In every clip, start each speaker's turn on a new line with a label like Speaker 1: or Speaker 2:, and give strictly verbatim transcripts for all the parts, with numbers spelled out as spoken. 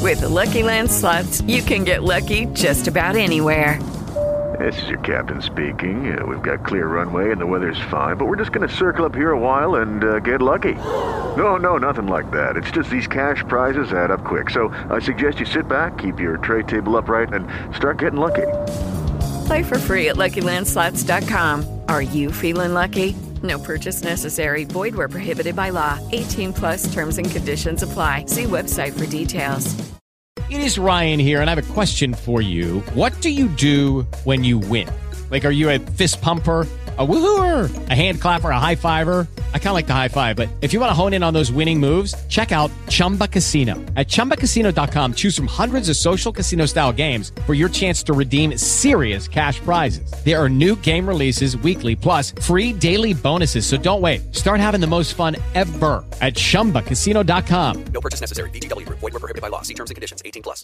Speaker 1: With the Lucky Land Slots, you can get lucky just about anywhere.
Speaker 2: This is your captain speaking. Uh, we've got clear runway and the weather's fine, but we're just going to circle up here a while and uh, get lucky. No, no, nothing like that. It's just these cash prizes add up quick. So I suggest you sit back, keep your tray table upright, and start getting lucky.
Speaker 1: Play for free at Lucky Land Slots dot com. Are you feeling lucky? No purchase necessary. Void where prohibited by law. eighteen plus terms and conditions apply. See website for details.
Speaker 3: It is Ryan here, and I have a question for you. What do you do when you win? Like, are you a fist pumper, a woohooer, a hand clapper, a high fiver? I kind of like the high five, but if you want to hone in on those winning moves, check out Chumba Casino. At chumba casino dot com, choose from hundreds of social casino-style games for your chance to redeem serious cash prizes. There are new game releases weekly, plus free daily bonuses, so don't wait. Start having the most fun ever at chumba casino dot com.
Speaker 4: No purchase necessary. V G W. Void where prohibited by law. See terms and conditions. eighteen plus.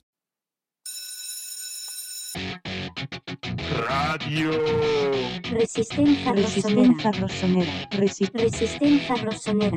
Speaker 5: Radio
Speaker 6: Resistenza Resistenza Rossonera. Resi- Resistenza Rossonera.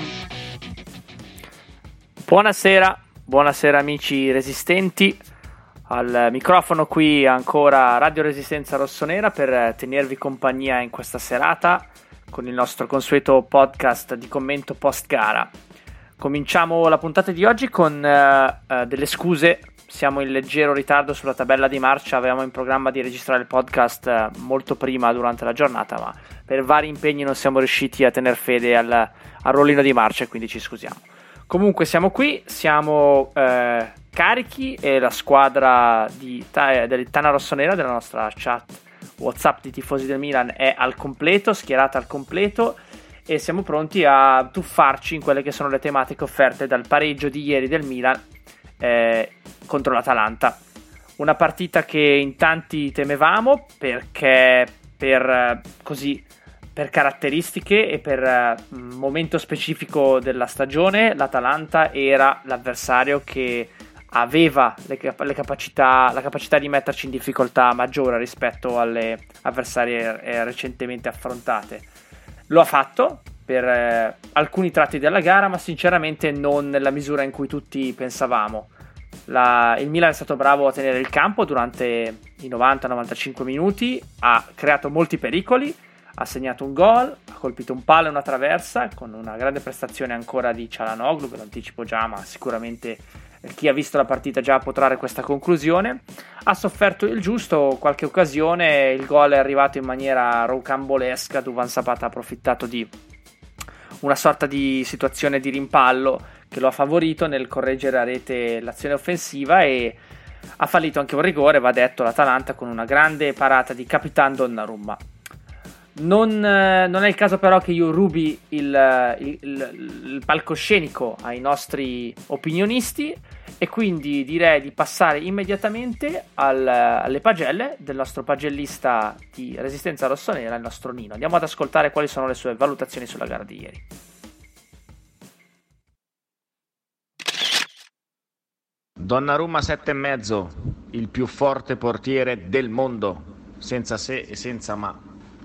Speaker 7: Buonasera, buonasera amici resistenti. Al microfono qui ancora Radio Resistenza Rossonera per tenervi compagnia in questa serata con il nostro consueto podcast di commento post gara. Cominciamo la puntata di oggi con uh, uh, delle scuse. Siamo in leggero ritardo sulla tabella di marcia, avevamo in programma di registrare il podcast molto prima durante la giornata, ma per vari impegni non siamo riusciti a tener fede al, al rollino di marcia e quindi ci scusiamo. Comunque siamo qui, siamo eh, carichi e la squadra di, del Tana Rossonera della nostra chat WhatsApp di tifosi del Milan è al completo, schierata al completo, e siamo pronti a tuffarci in quelle che sono le tematiche offerte dal pareggio di ieri del Milan Eh, contro l'Atalanta, una partita che in tanti temevamo perché per eh, così per caratteristiche e per eh, momento specifico della stagione l'Atalanta era l'avversario che aveva le, cap- le capacità la capacità di metterci in difficoltà maggiore rispetto alle avversarie eh, recentemente affrontate. Lo ha fatto per eh, alcuni tratti della gara, ma sinceramente non nella misura in cui tutti pensavamo. La, il Milan è stato bravo a tenere il campo durante i novanta novantacinque minuti, ha creato molti pericoli, ha segnato un gol, ha colpito un palo e una traversa con una grande prestazione ancora di Çalhanoğlu, ve lo anticipo già, ma sicuramente chi ha visto la partita già può trarre questa conclusione. Ha sofferto il giusto, qualche occasione, il gol è arrivato in maniera rocambolesca, Duvan Zapata ha approfittato di una sorta di situazione di rimpallo che lo ha favorito nel correggere a rete l'azione offensiva, e ha fallito anche un rigore, va detto, l'Atalanta con una grande parata di Capitan Donnarumma. Non, eh, non è il caso però che io rubi il, il, il, il palcoscenico ai nostri opinionisti, e quindi direi di passare immediatamente al, alle pagelle del nostro pagellista di Resistenza Rossonera, il nostro Nino. Andiamo ad ascoltare quali sono le sue valutazioni sulla gara di ieri.
Speaker 8: Donnarumma sette e mezzo, il più forte portiere del mondo, senza se e senza ma.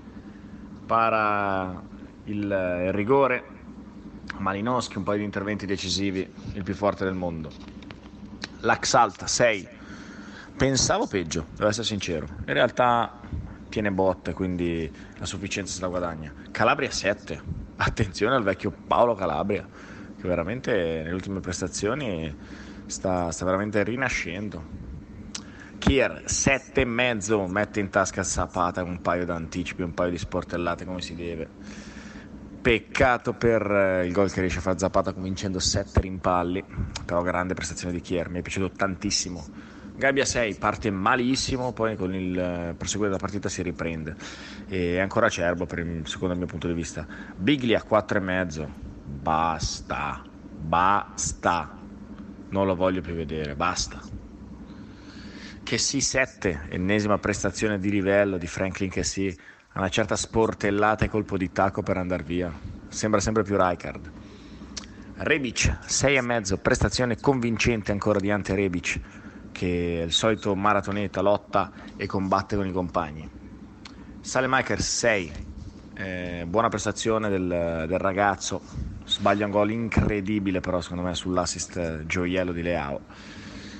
Speaker 8: Para il, il rigore, Malinowski, un paio di interventi decisivi, il più forte del mondo. L'Axalt sei, pensavo peggio, devo essere sincero, in realtà tiene botte, quindi la sufficienza se la guadagna. Calabria sette, attenzione al vecchio Paolo Calabria, che veramente nelle ultime prestazioni sta, sta veramente rinascendo. Kier sette e mezzo, mette in tasca Zapata un paio di anticipi, un paio di sportellate come si deve. Peccato per il gol che riesce a fare Zapata convincendo sette rimpalli, però grande prestazione di Kier, mi è piaciuto tantissimo. Gabbia sei, parte malissimo, poi con il proseguire della partita si riprende, e è ancora acerbo per il, secondo il mio punto di vista. Biglia quattro e mezzo, basta, basta, non lo voglio più vedere, basta. Che sì sette, ennesima prestazione di livello di Franklin che sì, una certa sportellata e colpo di tacco per andare via, sembra sempre più Rijkaard. Rebic sei e mezzo, prestazione convincente ancora di Ante Rebic, che è il solito maratoneta, lotta e combatte con i compagni. Saelemaekers sei, eh, buona prestazione del, del ragazzo, sbaglia un gol incredibile però secondo me sull'assist gioiello di Leao.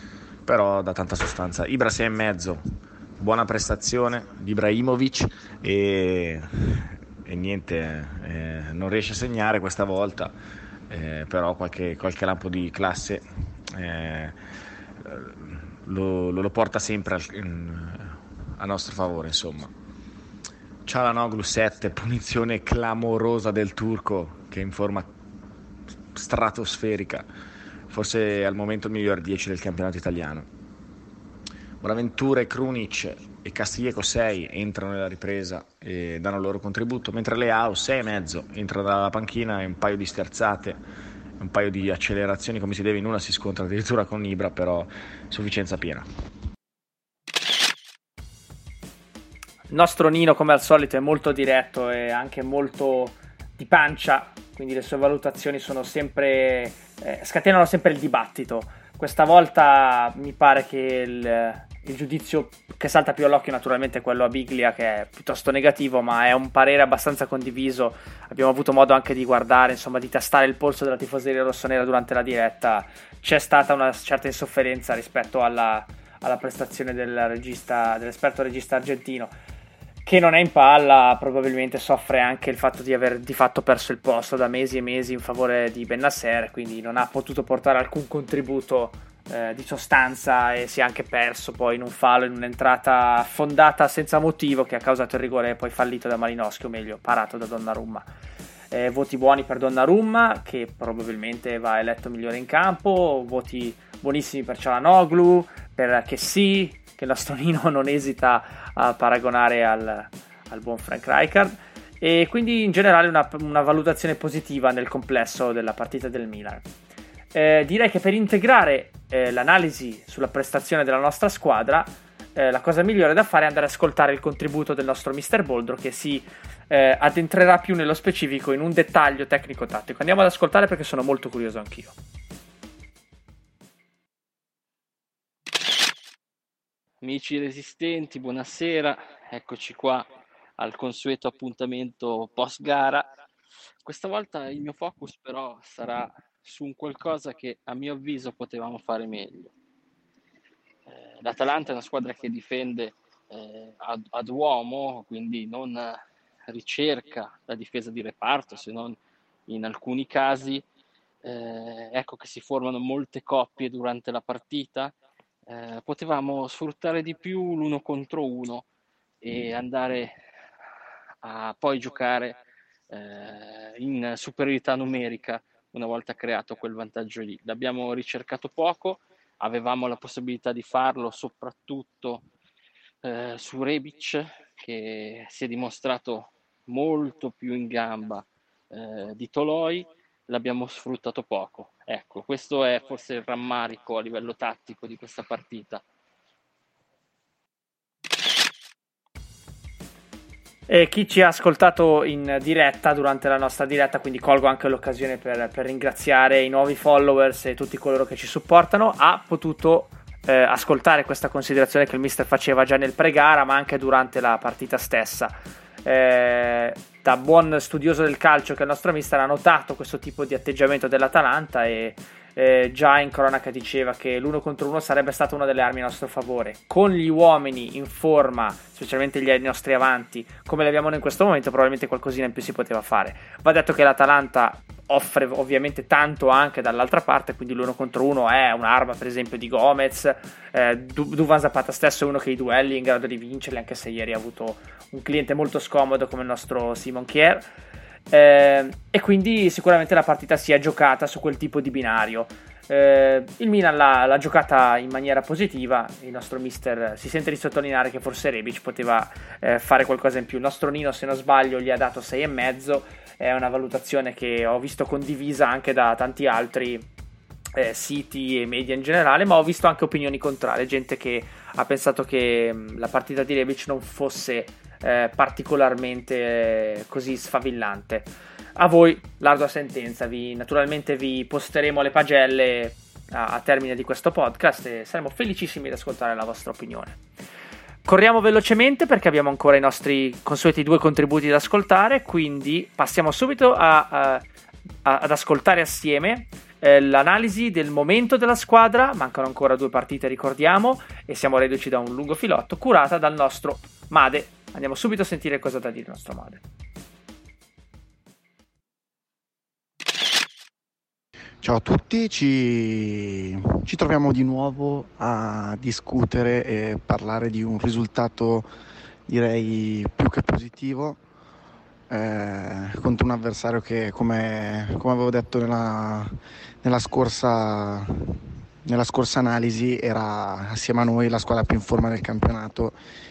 Speaker 8: però dà tanta sostanza. Ibra sei e mezzo, buona prestazione di Ibrahimovic e, e niente, eh, non riesce a segnare questa volta, eh, però qualche, qualche lampo di classe eh, lo, lo porta sempre al, in, a nostro favore, insomma. Çalhanoğlu sette, punizione clamorosa del turco che in forma stratosferica, forse al momento il miglior dieci del campionato italiano. Bonaventura e Krunic e Castillejo sei entrano nella ripresa e danno il loro contributo, mentre Leao sei e mezzo entra dalla panchina e un paio di sterzate, un paio di accelerazioni come si deve, in una si scontra addirittura con Ibra, però sufficienza piena.
Speaker 7: Il nostro Nino, come al solito, è molto diretto e anche molto di pancia, quindi le sue valutazioni sono sempre eh, scatenano sempre il dibattito. Questa volta mi pare che il, il giudizio che salta più all'occhio naturalmente è quello a Biglia, che è piuttosto negativo, ma è un parere abbastanza condiviso. Abbiamo avuto modo anche di guardare, insomma, di tastare il polso della tifoseria rossonera durante la diretta. C'è stata una certa insofferenza rispetto alla, alla prestazione del regista, dell'esperto regista argentino, che non è in palla. Probabilmente soffre anche il fatto di aver di fatto perso il posto da mesi e mesi in favore di Bennacer, quindi non ha potuto portare alcun contributo eh, di sostanza e si è anche perso poi in un fallo, in un'entrata affondata senza motivo che ha causato il rigore poi fallito da Malinowski, o meglio parato da Donnarumma. Eh, voti buoni per Donnarumma, che probabilmente va eletto migliore in campo, voti buonissimi per Çalhanoğlu, per Kessie, che il nostro Nino non esita a paragonare al, al buon Frank Rijkaard, e quindi in generale una, una valutazione positiva nel complesso della partita del Milan. Eh, direi che per integrare eh, l'analisi sulla prestazione della nostra squadra, eh, la cosa migliore da fare è andare ad ascoltare il contributo del nostro mister Boldro, che si eh, addentrerà più nello specifico in un dettaglio tecnico-tattico. Andiamo ad ascoltare perché sono molto curioso anch'io.
Speaker 5: Amici resistenti, buonasera, eccoci qua al consueto appuntamento post gara. Questa volta il mio focus però sarà su un qualcosa che a mio avviso potevamo fare meglio. Eh, L'Atalanta è una squadra che difende eh, ad, ad uomo, quindi non ricerca la difesa di reparto, se non in alcuni casi. Eh, ecco che si formano molte coppie durante la partita. Eh, potevamo sfruttare di più l'uno contro uno e andare a poi giocare eh, in superiorità numerica una volta creato quel vantaggio lì. L'abbiamo ricercato poco, avevamo la possibilità di farlo soprattutto eh, su Rebic, che si è dimostrato molto più in gamba eh, di Toloi. L'abbiamo sfruttato poco. Ecco, questo è forse il rammarico a livello tattico di questa partita.
Speaker 7: E chi ci ha ascoltato in diretta durante la nostra diretta, quindi colgo anche l'occasione per, per ringraziare i nuovi followers e tutti coloro che ci supportano, ha potuto eh, ascoltare questa considerazione che il mister faceva già nel pre-gara, ma anche durante la partita stessa. Eh, da buon studioso del calcio che è il nostro mister, ha notato questo tipo di atteggiamento dell'Atalanta e eh, già in cronaca diceva che l'uno contro uno sarebbe stata una delle armi a nostro favore. Con gli uomini in forma, specialmente gli nostri avanti, come li abbiamo noi in questo momento, probabilmente qualcosina in più si poteva fare. Va detto che l'Atalanta offre ovviamente tanto anche dall'altra parte, quindi l'uno contro uno è un'arma, per esempio, di Gomez. eh, du- Duvan Zapata stesso è uno che i duelli è in grado di vincerli, anche se ieri ha avuto un cliente molto scomodo come il nostro Simon Kjær, eh, e quindi sicuramente la partita si è giocata su quel tipo di binario. Eh, il Milan l'ha, l'ha giocata in maniera positiva. Il nostro mister si sente di sottolineare che forse Rebic poteva eh, fare qualcosa in più. Il nostro Nino, se non sbaglio, gli ha dato sei e mezzo. È una valutazione che ho visto condivisa anche da tanti altri eh, siti e media in generale, ma ho visto anche opinioni contrarie, gente che ha pensato che mh, la partita di Rebic non fosse eh, particolarmente eh, così sfavillante. A voi l'ardua sentenza, vi, naturalmente vi posteremo le pagelle a, a termine di questo podcast e saremo felicissimi di ascoltare la vostra opinione. Corriamo velocemente perché abbiamo ancora i nostri consueti due contributi da ascoltare, quindi passiamo subito a, a, a, ad ascoltare assieme eh, l'analisi del momento della squadra. Mancano ancora due partite, ricordiamo, e siamo reduci da un lungo filotto, curata dal nostro Made. Andiamo subito a sentire cosa ha da dire il nostro Made.
Speaker 9: Ciao a tutti, ci, ci troviamo di nuovo a discutere e parlare di un risultato direi più che positivo eh, contro un avversario che, come, come avevo detto nella, nella, scorsa, nella scorsa analisi, era assieme a noi la squadra più in forma del campionato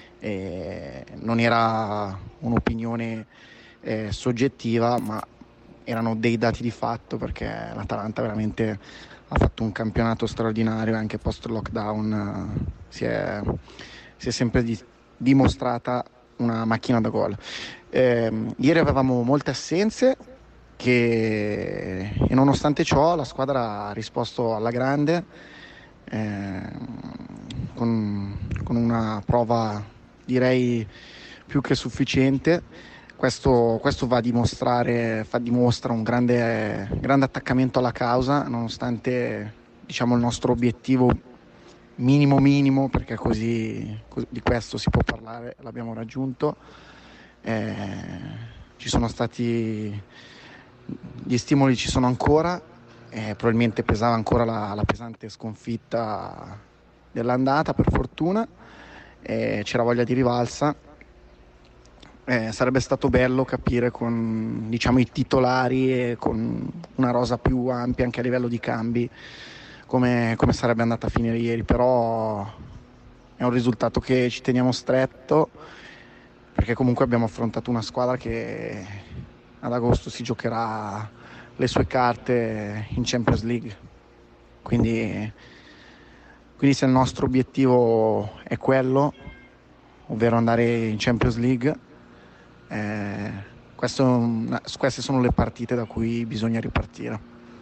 Speaker 9: e non era un'opinione eh, soggettiva, ma erano dei dati di fatto, perché l'Atalanta veramente ha fatto un campionato straordinario e anche post lockdown uh, si, è, si è sempre di, dimostrata una macchina da gol. Eh, ieri avevamo molte assenze che, e nonostante ciò la squadra ha risposto alla grande eh, con, con una prova direi più che sufficiente. Questo, questo va a dimostrare, fa, dimostra un grande, grande attaccamento alla causa, nonostante diciamo il nostro obiettivo minimo minimo, perché così, così di questo si può parlare, l'abbiamo raggiunto. Eh, ci sono stati, gli stimoli ci sono ancora, eh, probabilmente pesava ancora la, la pesante sconfitta dell'andata, per fortuna, eh, c'era voglia di rivalsa. Eh, sarebbe stato bello capire con diciamo i titolari e con una rosa più ampia anche a livello di cambi come, come sarebbe andata a finire ieri, però è un risultato che ci teniamo stretto, perché comunque abbiamo affrontato una squadra che ad agosto si giocherà le sue carte in Champions League, quindi, quindi se il nostro obiettivo è quello, ovvero andare in Champions League, Eh, questo, queste sono le partite da cui bisogna ripartire.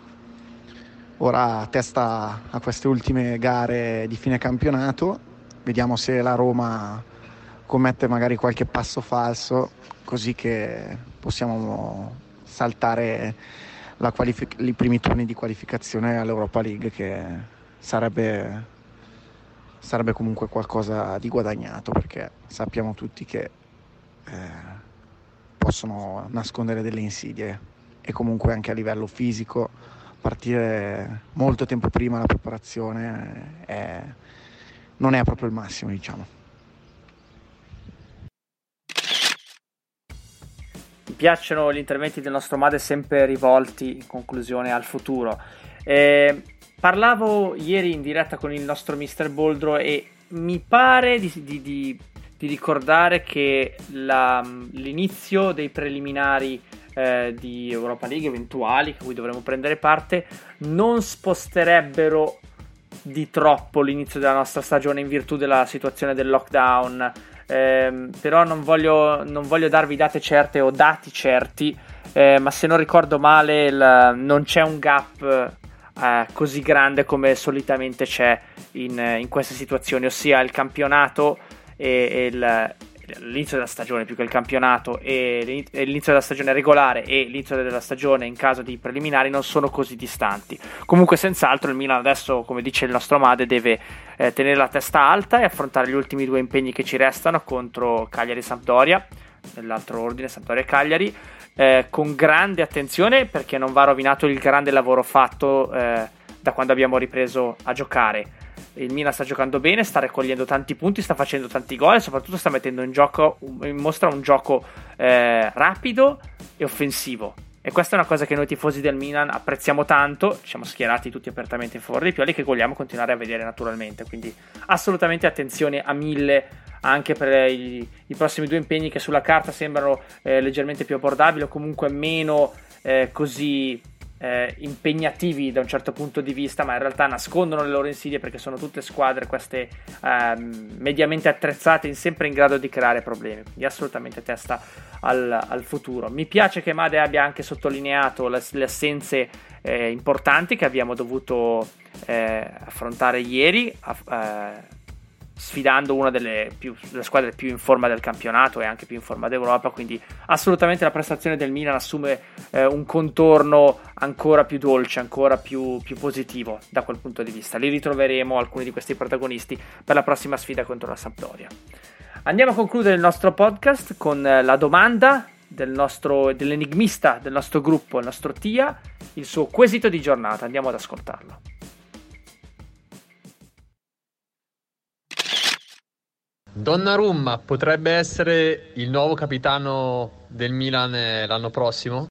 Speaker 9: Ora testa a queste ultime gare di fine campionato, vediamo se la Roma commette magari qualche passo falso, così che possiamo saltare la qualific- i primi turni di qualificazione all'Europa League, che sarebbe, sarebbe comunque qualcosa di guadagnato, perché sappiamo tutti che eh, possono nascondere delle insidie, e comunque anche a livello fisico partire molto tempo prima la preparazione è, non è proprio il massimo, diciamo.
Speaker 7: Mi piacciono gli interventi del nostro Made sempre rivolti in conclusione al futuro. Eh, parlavo ieri in diretta con il nostro mister Boldro e mi pare di, di, di di ricordare che la, l'inizio dei preliminari eh, di Europa League eventuali, a cui dovremo prendere parte, non sposterebbero di troppo l'inizio della nostra stagione in virtù della situazione del lockdown, eh, però non voglio, non voglio darvi date certe o dati certi, eh, ma se non ricordo male il, non c'è un gap eh, così grande come solitamente c'è in, in queste situazioni, ossia il campionato e il, l'inizio della stagione più che il campionato e l'inizio della stagione regolare e l'inizio della stagione in caso di preliminari non sono così distanti. Comunque senz'altro il Milan adesso, come dice il nostro Made, deve eh, tenere la testa alta e affrontare gli ultimi due impegni che ci restano contro Cagliari e Sampdoria, nell'altro ordine Sampdoria e Cagliari, eh, con grande attenzione, perché non va rovinato il grande lavoro fatto eh, da quando abbiamo ripreso a giocare. Il Milan sta giocando bene, sta raccogliendo tanti punti, sta facendo tanti gol e soprattutto sta mettendo in gioco, in mostra un gioco eh, rapido e offensivo, e questa è una cosa che noi tifosi del Milan apprezziamo tanto. Ci siamo schierati tutti apertamente in favore dei Pioli, che vogliamo continuare a vedere naturalmente, quindi assolutamente attenzione a mille anche per i, i prossimi due impegni, che sulla carta sembrano eh, leggermente più abbordabili o comunque meno eh, così Eh, impegnativi da un certo punto di vista, ma in realtà nascondono le loro insidie, perché sono tutte squadre queste ehm, mediamente attrezzate, in sempre in grado di creare problemi, quindi assolutamente testa al, al futuro. Mi piace che Made abbia anche sottolineato le, le assenze eh, importanti che abbiamo dovuto eh, affrontare ieri, a, eh, sfidando una delle, più, delle squadre più in forma del campionato e anche più in forma d'Europa, quindi assolutamente la prestazione del Milan assume eh, un contorno ancora più dolce, ancora più, più positivo da quel punto di vista. Li ritroveremo alcuni di questi protagonisti per la prossima sfida contro la Sampdoria. Andiamo a concludere il nostro podcast con la domanda del nostro, dell'enigmista del nostro gruppo, il nostro Tia, il suo quesito di giornata. Andiamo ad ascoltarlo.
Speaker 10: Donnarumma potrebbe essere il nuovo capitano del Milan l'anno prossimo?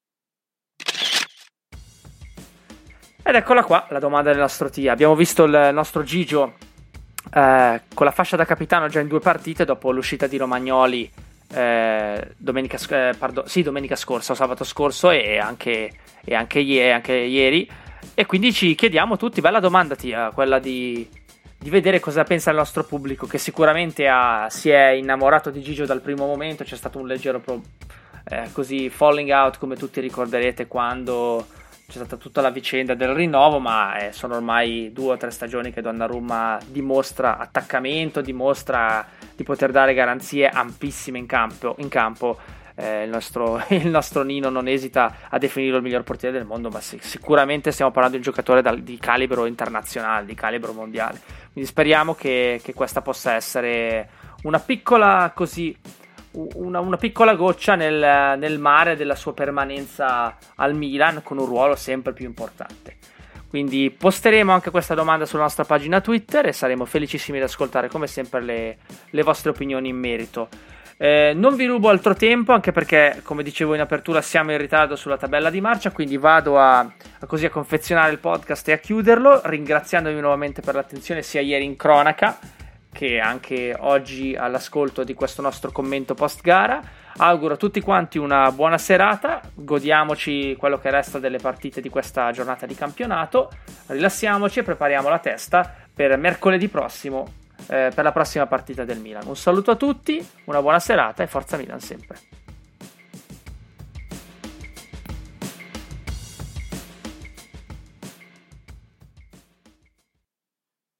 Speaker 7: Ed eccola qua la domanda del nostro Tia. Abbiamo visto il nostro Gigio eh, con la fascia da capitano già in due partite dopo l'uscita di Romagnoli eh, domenica, eh, pardon, sì, domenica scorsa o sabato scorso e anche, e anche, ie, anche ieri, e quindi ci chiediamo tutti, bella domanda Tia, quella di di vedere cosa pensa il nostro pubblico, che sicuramente ha, si è innamorato di Gigio dal primo momento. C'è stato un leggero pro, eh, così falling out, come tutti ricorderete, quando c'è stata tutta la vicenda del rinnovo, ma eh, sono ormai due o tre stagioni che Donnarumma dimostra attaccamento, dimostra di poter dare garanzie ampissime in campo, in campo. Eh, il, nostro, il nostro Nino non esita a definirlo il miglior portiere del mondo, ma sì, sicuramente stiamo parlando di un giocatore dal, di calibro internazionale, di calibro mondiale. Quindi speriamo che, che questa possa essere una piccola così una, una piccola goccia nel, nel mare della sua permanenza al Milan, con un ruolo sempre più importante. Quindi posteremo anche questa domanda sulla nostra pagina Twitter e saremo felicissimi di ascoltare come sempre le, le vostre opinioni in merito. Eh, non vi rubo altro tempo, anche perché, come dicevo in apertura, siamo in ritardo sulla tabella di marcia, quindi vado a, a così a confezionare il podcast e a chiuderlo, ringraziandovi nuovamente per l'attenzione sia ieri in cronaca che anche oggi all'ascolto di questo nostro commento post gara. Auguro a tutti quanti una buona serata, godiamoci quello che resta delle partite di questa giornata di campionato, rilassiamoci e prepariamo la testa per mercoledì prossimo, Eh, per la prossima partita del Milan. Un saluto a tutti, una buona serata e forza Milan sempre.